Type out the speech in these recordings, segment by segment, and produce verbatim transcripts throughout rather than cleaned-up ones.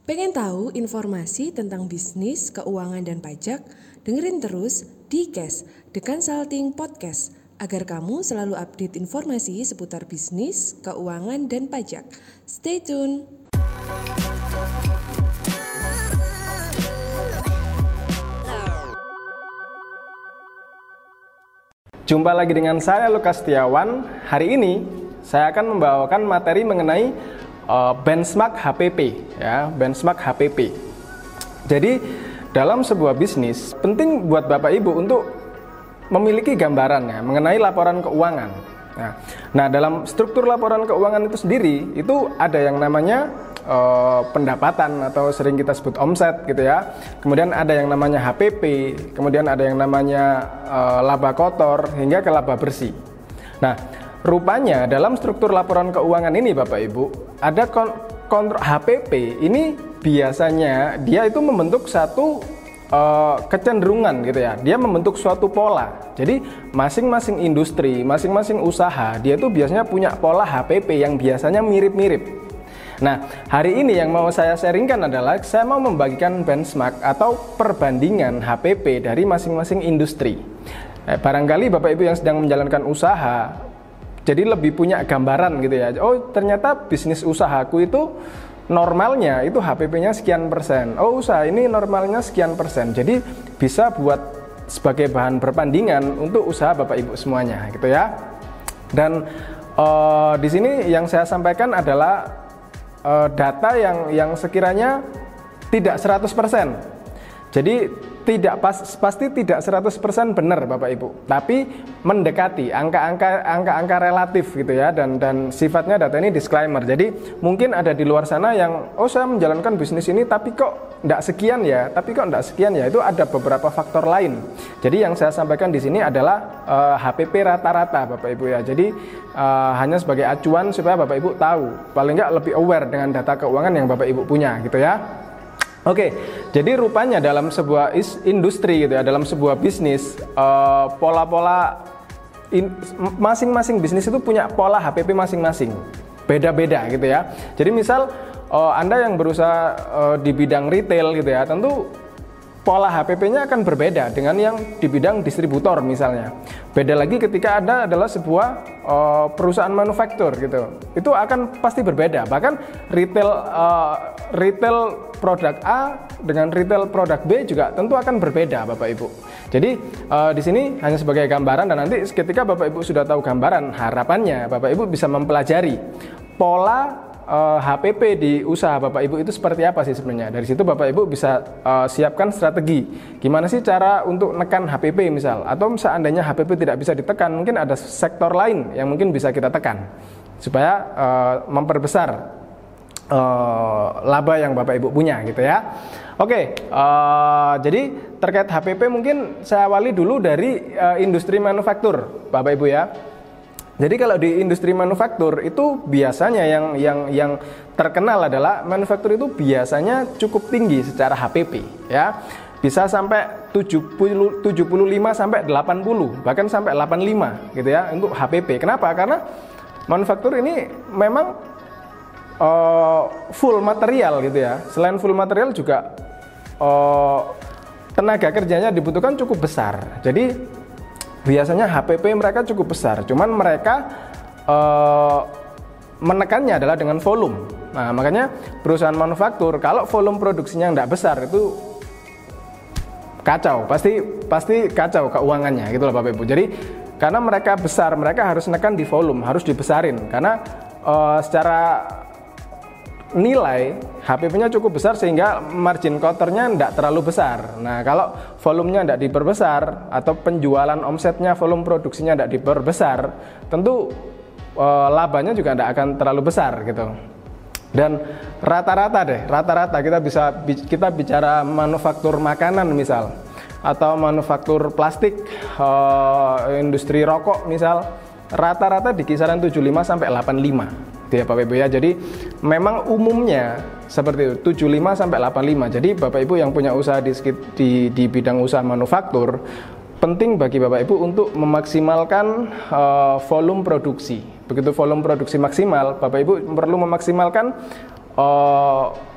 Pengen tahu informasi tentang bisnis, keuangan, dan pajak? Dengerin terus di Cash, The Consulting Podcast, agar kamu selalu update informasi seputar bisnis, keuangan, dan pajak. Stay tune! Jumpa lagi dengan saya Lukas Setiawan. Hari ini saya akan membawakan materi mengenai uh, benchmark H P P, ya, benchmark H P P. Jadi dalam sebuah bisnis penting buat Bapak Ibu untuk memiliki gambaran ya mengenai laporan keuangan. Nah, nah dalam struktur laporan keuangan itu sendiri itu ada yang namanya Uh, pendapatan atau sering kita sebut omset gitu ya. Kemudian ada yang namanya H P P, kemudian ada yang namanya uh, laba kotor hingga ke laba bersih. Nah, rupanya dalam struktur laporan keuangan ini Bapak Ibu ada kon- kontrol H P P ini biasanya dia itu membentuk satu uh, kecenderungan gitu ya. Dia membentuk suatu pola. Jadi masing-masing industri, masing-masing usaha dia itu biasanya punya pola H P P yang biasanya mirip-mirip. Nah, hari ini yang mau saya sharingkan adalah saya mau membagikan benchmark atau perbandingan H P P dari masing-masing industri. Eh, barangkali Bapak Ibu yang sedang menjalankan usaha, jadi lebih punya gambaran gitu ya. Oh, ternyata bisnis usahaku itu normalnya itu H P P-nya sekian persen. Oh, usaha ini normalnya sekian persen. Jadi bisa buat sebagai bahan perbandingan untuk usaha Bapak Ibu semuanya, gitu ya. Dan eh, di sini yang saya sampaikan adalah data yang yang sekiranya tidak seratus persen. Jadi tidak pas, pasti tidak seratus persen benar Bapak Ibu, tapi mendekati angka-angka angka-angka relatif gitu ya, dan dan sifatnya data ini disclaimer. Jadi mungkin ada di luar sana yang oh saya menjalankan bisnis ini tapi kok enggak sekian ya, tapi kok enggak sekian ya. Itu ada beberapa faktor lain. Jadi yang saya sampaikan di sini adalah uh, H P P rata-rata Bapak Ibu ya. Jadi uh, hanya sebagai acuan supaya Bapak Ibu tahu, paling enggak lebih aware dengan data keuangan yang Bapak Ibu punya gitu ya. Oke, jadi rupanya dalam sebuah industri gitu ya, dalam sebuah bisnis, uh, pola-pola in, masing-masing bisnis itu punya pola H P P masing-masing, beda-beda gitu ya. Jadi misal uh, Anda yang berusaha uh, di bidang retail gitu ya, tentu pola H P P-nya akan berbeda dengan yang di bidang distributor misalnya. Beda lagi ketika Anda adalah sebuah uh, perusahaan manufaktur gitu. Itu akan pasti berbeda. Bahkan retail uh, retail produk A dengan retail produk B juga tentu akan berbeda Bapak Ibu. Jadi uh, di sini hanya sebagai gambaran, dan nanti ketika Bapak Ibu sudah tahu gambaran, harapannya Bapak Ibu bisa mempelajari pola Uh, H P P di usaha Bapak Ibu itu seperti apa sih sebenarnya. Dari situ Bapak Ibu bisa uh, siapkan strategi. Gimana sih cara untuk nekan H P P misal, atau seandainya H P P tidak bisa ditekan, mungkin ada sektor lain yang mungkin bisa kita tekan supaya uh, memperbesar uh, laba yang Bapak Ibu punya gitu ya. Oke, uh, jadi terkait H P P mungkin saya awali dulu dari uh, industri manufaktur Bapak Ibu ya. Jadi kalau di industri manufaktur itu biasanya yang yang yang terkenal adalah manufaktur itu biasanya cukup tinggi secara H P P ya. Bisa sampai tujuh puluh lima sampai delapan puluh, bahkan sampai delapan puluh lima gitu ya untuk H P P. Kenapa? Karena manufaktur ini memang uh, full material gitu ya. Selain full material juga uh, tenaga kerjanya dibutuhkan cukup besar. Jadi biasanya H P P mereka cukup besar, cuman mereka uh, menekannya adalah dengan volume. Nah, makanya perusahaan manufaktur kalau volume produksinya tidak besar itu kacau, pasti pasti kacau keuangannya gitu loh Bapak Ibu. Jadi karena mereka besar, mereka harus menekan di volume, harus dibesarin karena uh, secara nilai H P P-nya cukup besar sehingga margin kotornya tidak terlalu besar. Nah, kalau volumenya tidak diperbesar atau penjualan omsetnya, volume produksinya tidak diperbesar, tentu e, labanya juga tidak akan terlalu besar gitu. Dan rata-rata deh, rata-rata kita bisa kita bicara manufaktur makanan misal, atau manufaktur plastik, e, industri rokok misal, rata-rata di kisaran tujuh puluh lima sampai delapan puluh lima. Ya Bapak Ibu ya. Jadi memang umumnya seperti itu tujuh puluh lima sampai delapan puluh lima. Jadi Bapak Ibu yang punya usaha di di, di bidang usaha manufaktur, penting bagi Bapak Ibu untuk memaksimalkan uh, volume produksi. Begitu volume produksi maksimal, Bapak Ibu perlu memaksimalkan uh,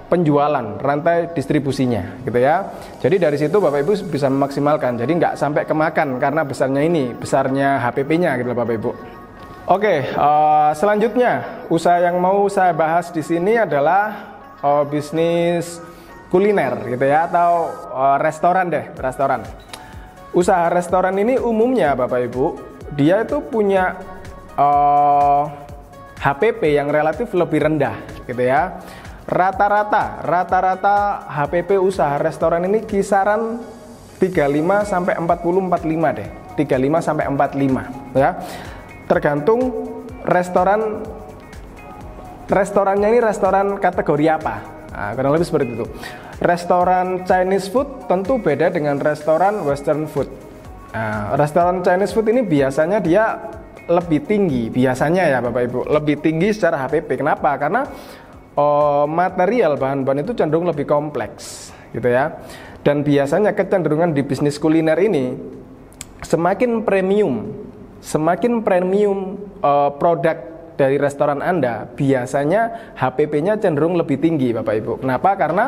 penjualan, rantai distribusinya gitu ya. Jadi dari situ Bapak Ibu bisa memaksimalkan. Jadi nggak sampai kemakan karena besarnya ini, besarnya H P P-nya gitu Bapak Ibu. Oke, uh, selanjutnya usaha yang mau saya bahas di sini adalah uh, bisnis kuliner gitu ya, atau uh, restoran deh, restoran. Usaha restoran ini umumnya Bapak Ibu, dia itu punya uh, H P P yang relatif lebih rendah gitu ya. Rata-rata, rata-rata H P P usaha restoran ini kisaran tiga puluh lima sampai empat puluh empat puluh lima deh. tiga puluh lima sampai empat puluh lima ya. Tergantung restoran restorannya ini restoran kategori apa. Nah, kurang lebih seperti itu. Restoran Chinese food tentu beda dengan restoran Western food. Nah, restoran Chinese food ini biasanya dia lebih tinggi, biasanya ya Bapak Ibu, lebih tinggi secara H P P. Kenapa? Karena Oh, material bahan-bahan itu cenderung lebih kompleks gitu ya. Dan biasanya kecenderungan di bisnis kuliner ini semakin premium, semakin premium uh, produk dari restoran Anda, biasanya H P P-nya cenderung lebih tinggi Bapak Ibu. Kenapa? Karena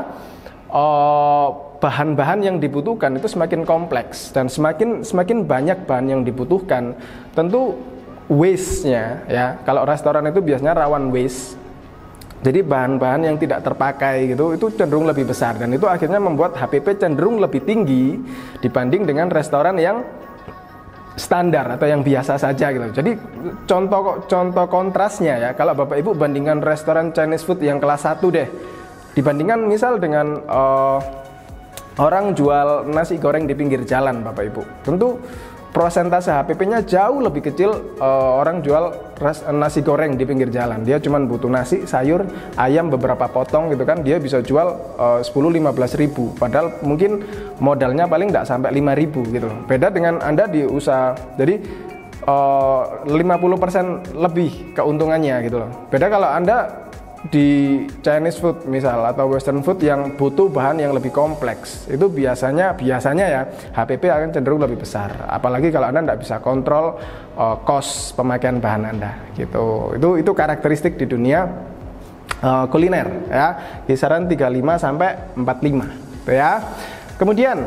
uh, bahan-bahan yang dibutuhkan itu semakin kompleks dan semakin semakin banyak bahan yang dibutuhkan. Tentu waste-nya ya. Kalau restoran itu biasanya rawan waste. Jadi bahan-bahan yang tidak terpakai gitu itu cenderung lebih besar, dan itu akhirnya membuat H P P cenderung lebih tinggi dibanding dengan restoran yang standar atau yang biasa saja gitu. Jadi contoh contoh kontrasnya ya, kalau Bapak Ibu bandingkan restoran Chinese food yang kelas satu deh, dibandingkan misal dengan uh, orang jual nasi goreng di pinggir jalan Bapak Ibu, tentu prosentase H P P-nya jauh lebih kecil uh, orang jual ras, nasi goreng di pinggir jalan. Dia cuma butuh nasi, sayur, ayam beberapa potong gitu kan, dia bisa jual uh, sepuluh sampai lima belas ribu, padahal mungkin modalnya paling nggak sampai lima ribu gitu. Beda dengan Anda di usaha, jadi uh, lima puluh persen lebih keuntungannya gitu loh. Beda kalau Anda di Chinese food misal atau Western food yang butuh bahan yang lebih kompleks, itu biasanya biasanya ya H P P akan cenderung lebih besar, apalagi kalau Anda tidak bisa kontrol uh, cost pemakaian bahan Anda gitu. Itu itu karakteristik di dunia uh, kuliner ya, kisaran tiga puluh lima sampai empat puluh lima gitu ya. Kemudian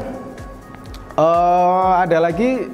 uh, ada lagi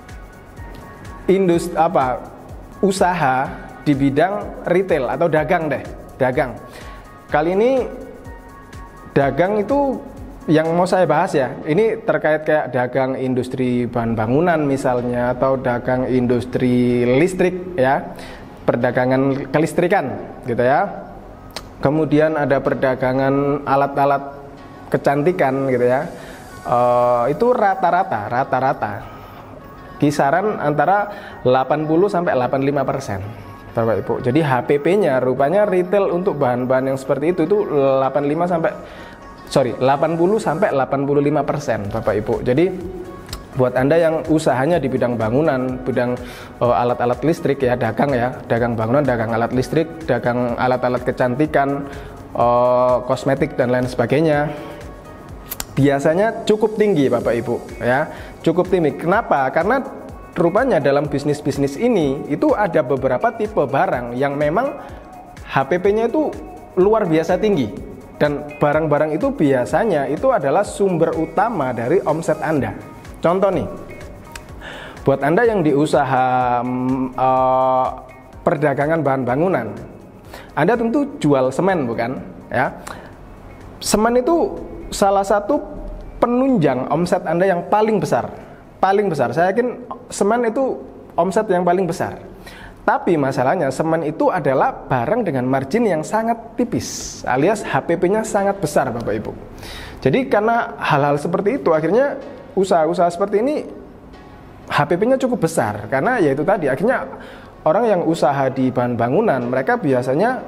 industri apa usaha di bidang retail atau dagang deh. Dagang. Kali ini dagang itu yang mau saya bahas ya, ini terkait kayak dagang industri bahan bangunan misalnya, atau dagang industri listrik ya, perdagangan kelistrikan gitu ya. Kemudian ada perdagangan alat-alat kecantikan gitu ya. Uh, itu rata-rata, rata-rata kisaran antara delapan puluh sampai delapan puluh lima persen. Bapak Ibu. Jadi H P P-nya rupanya retail untuk bahan-bahan yang seperti itu itu delapan puluh lima sampai sorry delapan puluh sampai delapan puluh lima persen Bapak Ibu. Jadi buat Anda yang usahanya di bidang bangunan, bidang uh, alat-alat listrik ya, dagang ya, dagang bangunan, dagang alat listrik, dagang alat-alat kecantikan, uh, kosmetik dan lain sebagainya, biasanya cukup tinggi Bapak Ibu ya, cukup tinggi. Kenapa? Karena rupanya dalam bisnis-bisnis ini itu ada beberapa tipe barang yang memang H P P-nya itu luar biasa tinggi, dan barang-barang itu biasanya itu adalah sumber utama dari omset Anda. Contoh nih, buat Anda yang di usaha uh, perdagangan bahan bangunan, Anda tentu jual semen bukan? Ya, semen itu salah satu penunjang omset Anda yang paling besar. Paling besar, saya yakin semen itu omset yang paling besar. Tapi masalahnya semen itu adalah barang dengan margin yang sangat tipis, alias H P P-nya sangat besar Bapak Ibu. Jadi karena hal-hal seperti itu, akhirnya usaha-usaha seperti ini H P P-nya cukup besar. Karena ya itu tadi, akhirnya orang yang usaha di bahan bangunan, mereka biasanya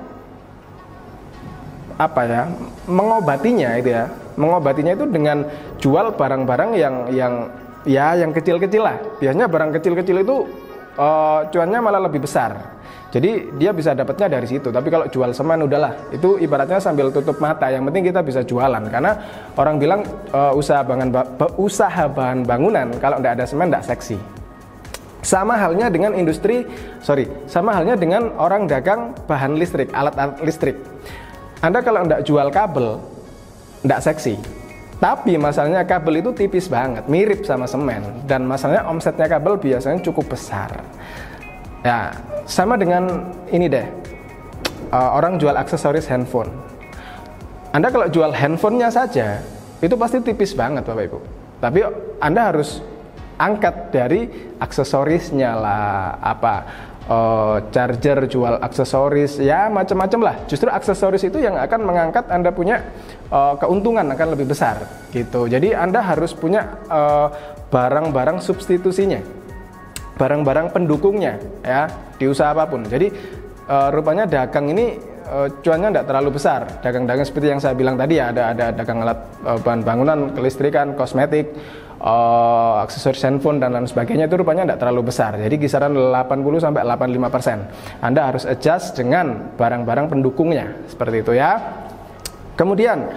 apa ya, mengobatinya itu ya, mengobatinya itu dengan jual barang-barang yang yang ya yang kecil-kecil lah. Biasanya barang kecil-kecil itu uh, cuannya malah lebih besar. Jadi dia bisa dapatnya dari situ. Tapi kalau jual semen udahlah, itu ibaratnya sambil tutup mata. Yang penting kita bisa jualan. Karena orang bilang uh, usaha bahan usaha bahan bangunan kalau tidak ada semen tidak seksi. Sama halnya dengan industri, sorry, sama halnya dengan orang dagang bahan listrik, alat-alat listrik. Anda kalau nggak jual kabel, nggak seksi. Tapi masalahnya kabel itu tipis banget, mirip sama semen. Dan masalahnya omsetnya kabel biasanya cukup besar. Ya, sama dengan ini deh, uh, orang jual aksesoris handphone. Anda kalau jual handphonenya saja, itu pasti tipis banget Bapak Ibu. Tapi Anda harus angkat dari aksesorisnya lah, apa uh, charger, jual aksesoris, ya macam-macam lah. Justru aksesoris itu yang akan mengangkat Anda punya uh, keuntungan akan lebih besar gitu. Jadi Anda harus punya uh, barang-barang substitusinya, barang-barang pendukungnya ya di usaha apapun. Jadi uh, rupanya dagang ini uh, cuannya tidak terlalu besar. Dagang-dagang seperti yang saya bilang tadi ya, ada ada dagang alat uh, bahan bangunan, kelistrikan, kosmetik, uh, aksesoris handphone dan lain sebagainya, itu rupanya tidak terlalu besar. Jadi kisaran delapan puluh sampai delapan puluh lima persen. Anda harus adjust dengan barang-barang pendukungnya seperti itu ya. Kemudian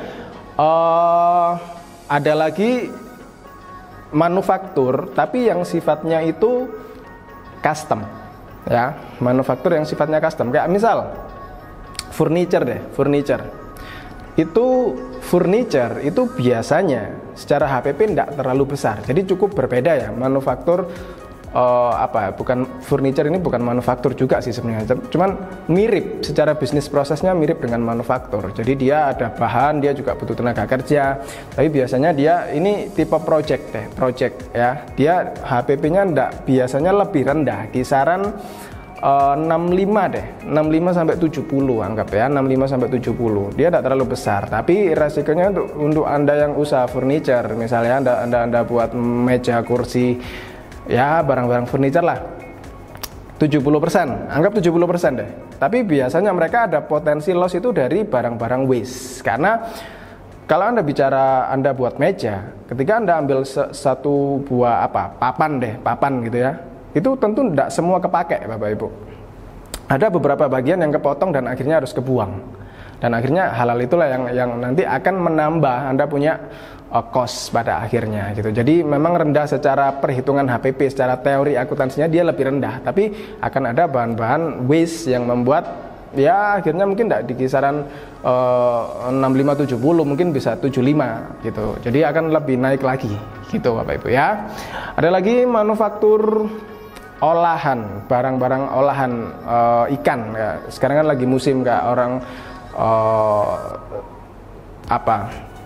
uh, ada lagi manufaktur tapi yang sifatnya itu custom ya, manufaktur yang sifatnya custom. Kayak misal furniture deh, furniture itu furniture itu biasanya secara H P P tidak terlalu besar, jadi cukup berbeda ya. Manufaktur uh, apa bukan furniture ini bukan manufaktur juga sih sebenarnya, cuman mirip secara bisnis prosesnya, mirip dengan manufaktur. Jadi dia ada bahan, dia juga butuh tenaga kerja, tapi biasanya dia ini tipe project deh, project ya. Dia H P P-nya ndak biasanya lebih rendah, kisaran Uh, enam puluh lima deh, enam puluh lima sampai tujuh puluh anggap ya, enam puluh lima sampai tujuh puluh. Dia tidak terlalu besar, tapi resikonya untuk untuk Anda yang usaha furniture, misalnya Anda Anda Anda buat meja, kursi, ya barang-barang furniture lah, tujuh puluh persen, anggap tujuh puluh persen deh. Tapi biasanya mereka ada potensi loss itu dari barang-barang waste. Karena kalau Anda bicara Anda buat meja, ketika Anda ambil satu buah apa, papan deh, papan gitu ya, itu tentu tidak semua kepake Bapak Ibu. Ada beberapa bagian yang kepotong dan akhirnya harus kebuang. Dan akhirnya halal itulah yang yang nanti akan menambah Anda punya uh, cost pada akhirnya gitu. Jadi memang rendah secara perhitungan H P P, secara teori akuntansinya dia lebih rendah, tapi akan ada bahan-bahan waste yang membuat ya akhirnya mungkin tidak di kisaran uh, enam puluh lima tujuh puluh, mungkin bisa tujuh puluh lima gitu. Jadi akan lebih naik lagi gitu Bapak Ibu ya. Ada lagi manufaktur olahan, barang-barang olahan uh, ikan ya. Sekarang kan lagi musim Kak, orang uh, apa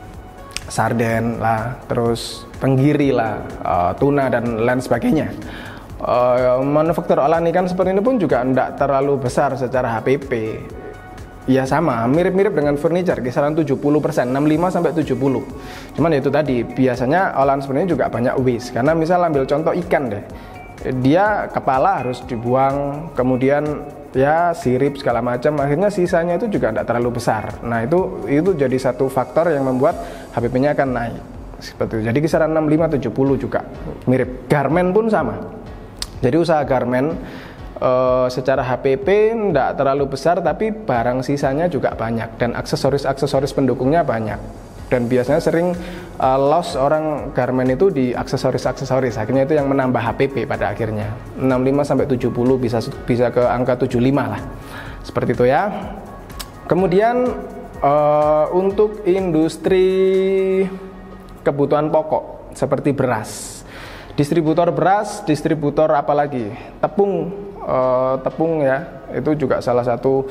sarden lah, terus tenggiri lah, uh, tuna dan lain sebagainya. Uh, manufaktur olahan ikan seperti ini pun juga tidak terlalu besar secara H P P. Ya sama, mirip-mirip dengan furniture, kisaran tujuh puluh persen, enam puluh lima sampai tujuh puluh. Cuman itu tadi, biasanya olahan seperti ini juga banyak waste. Karena misal ambil contoh ikan deh, dia kepala harus dibuang, kemudian ya sirip segala macam, akhirnya sisanya itu juga tidak terlalu besar. Nah itu itu jadi satu faktor yang membuat H P P-nya akan naik seperti itu. Jadi kisaran enam puluh lima tujuh puluh juga mirip. Garment pun sama. Jadi usaha garment e, secara H P P tidak terlalu besar, tapi barang sisanya juga banyak dan aksesoris-aksesoris pendukungnya banyak. Dan biasanya sering uh, loss orang garment itu di aksesoris-aksesoris, akhirnya itu yang menambah H P P pada akhirnya. Enam puluh lima sampai tujuh puluh bisa bisa ke angka tujuh puluh lima lah, seperti itu ya. Kemudian uh, untuk industri kebutuhan pokok seperti beras, distributor beras, distributor apalagi tepung, uh, tepung ya, itu juga salah satu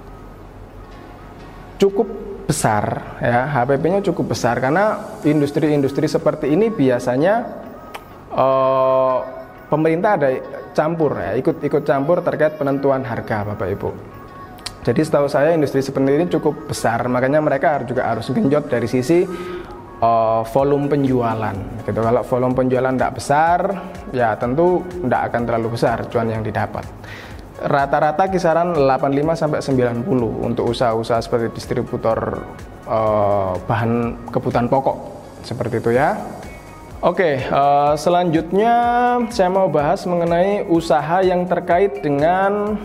cukup besar ya, H P P-nya cukup besar karena industri-industri seperti ini biasanya uh, pemerintah ada campur ya, ikut-ikut campur terkait penentuan harga Bapak Ibu. Jadi setahu saya industri seperti ini cukup besar, makanya mereka juga harus genjot dari sisi uh, volume penjualan gitu. Kalau volume penjualan tidak besar, ya tentu tidak akan terlalu besar cuan yang didapat. Rata-rata kisaran delapan puluh lima sampai sembilan puluh untuk usaha-usaha seperti distributor eh, bahan kebutuhan pokok seperti itu ya. Oke, eh, selanjutnya saya mau bahas mengenai usaha yang terkait dengan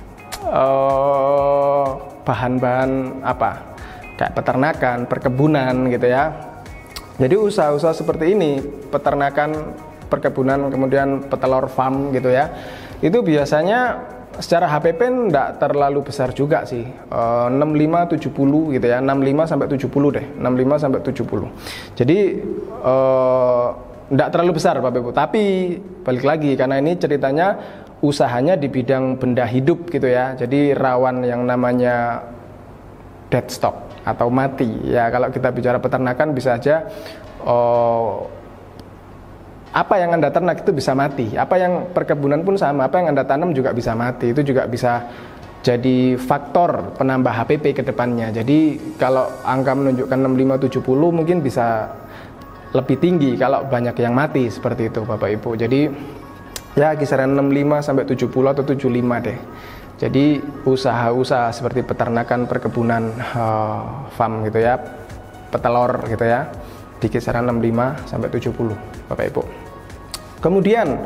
eh, bahan-bahan apa, kayak peternakan, perkebunan gitu ya. Jadi usaha-usaha seperti ini, peternakan, perkebunan, kemudian petelur farm gitu ya, itu biasanya secara H P P enggak terlalu besar juga sih, uh, enam puluh lima tujuh puluh gitu ya, enam puluh lima sampai tujuh puluh deh, enam puluh lima sampai tujuh puluh. Jadi uh, enggak terlalu besar Bapak Ibu, tapi balik lagi karena ini ceritanya usahanya di bidang benda hidup gitu ya, jadi rawan yang namanya dead stock atau mati ya. Kalau kita bicara peternakan bisa aja uh, apa yang Anda ternak itu bisa mati, apa yang perkebunan pun sama, apa yang Anda tanam juga bisa mati, itu juga bisa jadi faktor penambah H P P ke depannya. Jadi kalau angka menunjukkan enam puluh lima tujuh puluh mungkin bisa lebih tinggi kalau banyak yang mati seperti itu Bapak Ibu. Jadi ya kisaran enam puluh lima sampai tujuh puluh atau tujuh puluh lima deh. Jadi usaha-usaha seperti peternakan, perkebunan, uh, farm gitu ya, petelur gitu ya, di kisaran enam puluh lima sampai tujuh puluh Bapak Ibu. Kemudian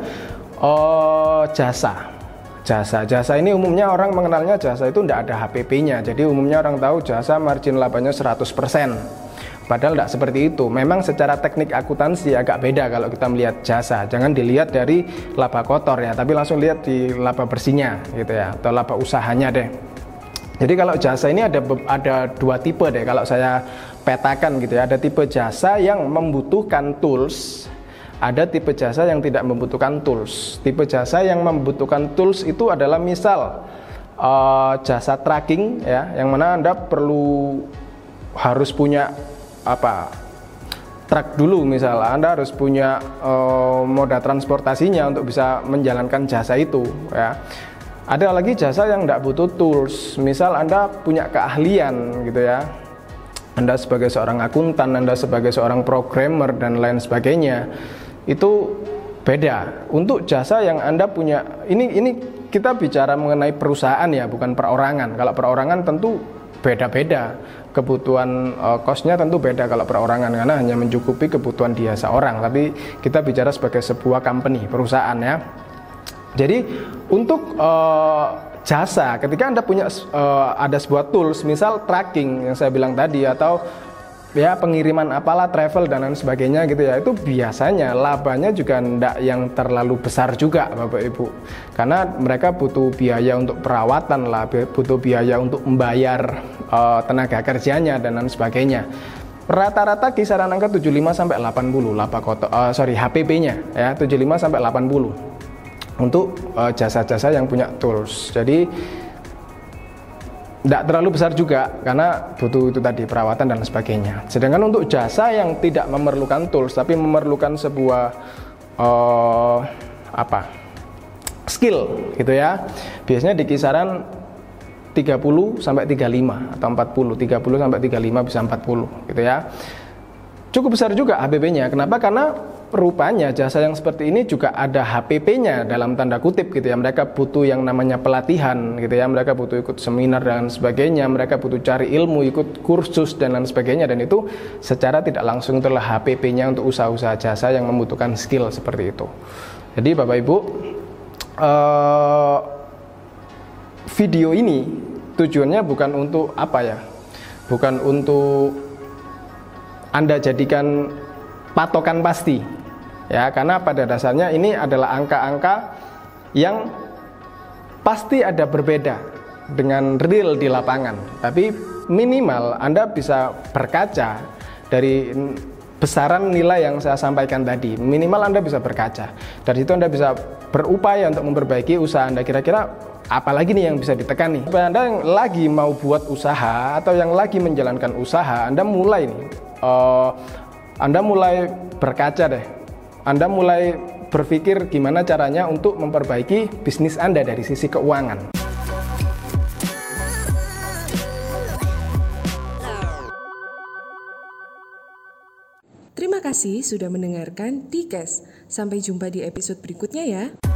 oh, jasa, jasa, jasa ini umumnya orang mengenalnya jasa itu tidak ada H P P-nya. Jadi umumnya orang tahu jasa margin labanya seratus persen. Padahal tidak seperti itu. Memang secara teknik akuntansi agak beda kalau kita melihat jasa. Jangan dilihat dari laba kotor ya, tapi langsung lihat di laba bersihnya gitu ya, atau laba usahanya deh. Jadi kalau jasa ini ada ada dua tipe deh kalau saya petakan gitu ya. Ada tipe jasa yang membutuhkan tools, ada tipe jasa yang tidak membutuhkan tools. Tipe jasa yang membutuhkan tools itu adalah misal uh, jasa tracking ya, yang mana Anda perlu harus punya apa truk dulu, misal Anda harus punya uh, moda transportasinya untuk bisa menjalankan jasa itu ya. Ada lagi jasa yang tidak butuh tools, misal Anda punya keahlian gitu ya, Anda sebagai seorang akuntan, Anda sebagai seorang programmer dan lain sebagainya, itu beda. Untuk jasa yang Anda punya, ini ini kita bicara mengenai perusahaan ya, bukan perorangan. Kalau perorangan tentu beda-beda, kebutuhan uh, cost-nya tentu beda kalau perorangan, karena hanya mencukupi kebutuhan dia seorang. Tapi kita bicara sebagai sebuah company, perusahaan ya. Jadi untuk uh, jasa, ketika Anda punya uh, ada sebuah tools, misal tracking yang saya bilang tadi, atau ya pengiriman apalah, travel dan lain sebagainya gitu ya, itu biasanya labanya juga tidak yang terlalu besar juga Bapak Ibu, karena mereka butuh biaya untuk perawatan lah, butuh biaya untuk membayar uh, tenaga kerjanya dan lain sebagainya. Rata-rata kisaran angka tujuh puluh lima sampai delapan puluh laba kotor, uh, sorry H P P-nya ya, tujuh puluh lima sampai delapan puluh untuk uh, jasa-jasa yang punya tools. Jadi tidak terlalu besar juga karena butuh itu tadi perawatan dan sebagainya. Sedangkan untuk jasa yang tidak memerlukan tools tapi memerlukan sebuah uh, apa skill gitu ya, biasanya di kisaran tiga puluh sampai tiga puluh lima atau empat puluh, tiga puluh sampai tiga puluh lima bisa empat puluh gitu ya. Cukup besar juga H P P-nya. Kenapa? Karena rupanya jasa yang seperti ini juga ada H P P-nya dalam tanda kutip gitu ya. Mereka butuh yang namanya pelatihan gitu ya. Mereka butuh ikut seminar dan sebagainya. Mereka butuh cari ilmu, ikut kursus dan lain sebagainya. Dan itu secara tidak langsung itulah H P P-nya untuk usaha-usaha jasa yang membutuhkan skill seperti itu. Jadi Bapak Ibu, uh, video ini tujuannya bukan untuk apa ya? Bukan untuk Anda jadikan patokan pasti ya, karena pada dasarnya ini adalah angka-angka yang pasti ada berbeda dengan real di lapangan, tapi minimal Anda bisa berkaca dari besaran nilai yang saya sampaikan tadi. Minimal Anda bisa berkaca dari situ, Anda bisa berupaya untuk memperbaiki usaha Anda. Kira-kira apalagi nih yang bisa ditekan nih supaya Anda yang lagi mau buat usaha atau yang lagi menjalankan usaha, Anda mulai nih Uh, Anda mulai berkaca deh, Anda mulai berpikir gimana caranya untuk memperbaiki bisnis Anda dari sisi keuangan. Terima kasih sudah mendengarkan T-Cast. Sampai jumpa di episode berikutnya ya.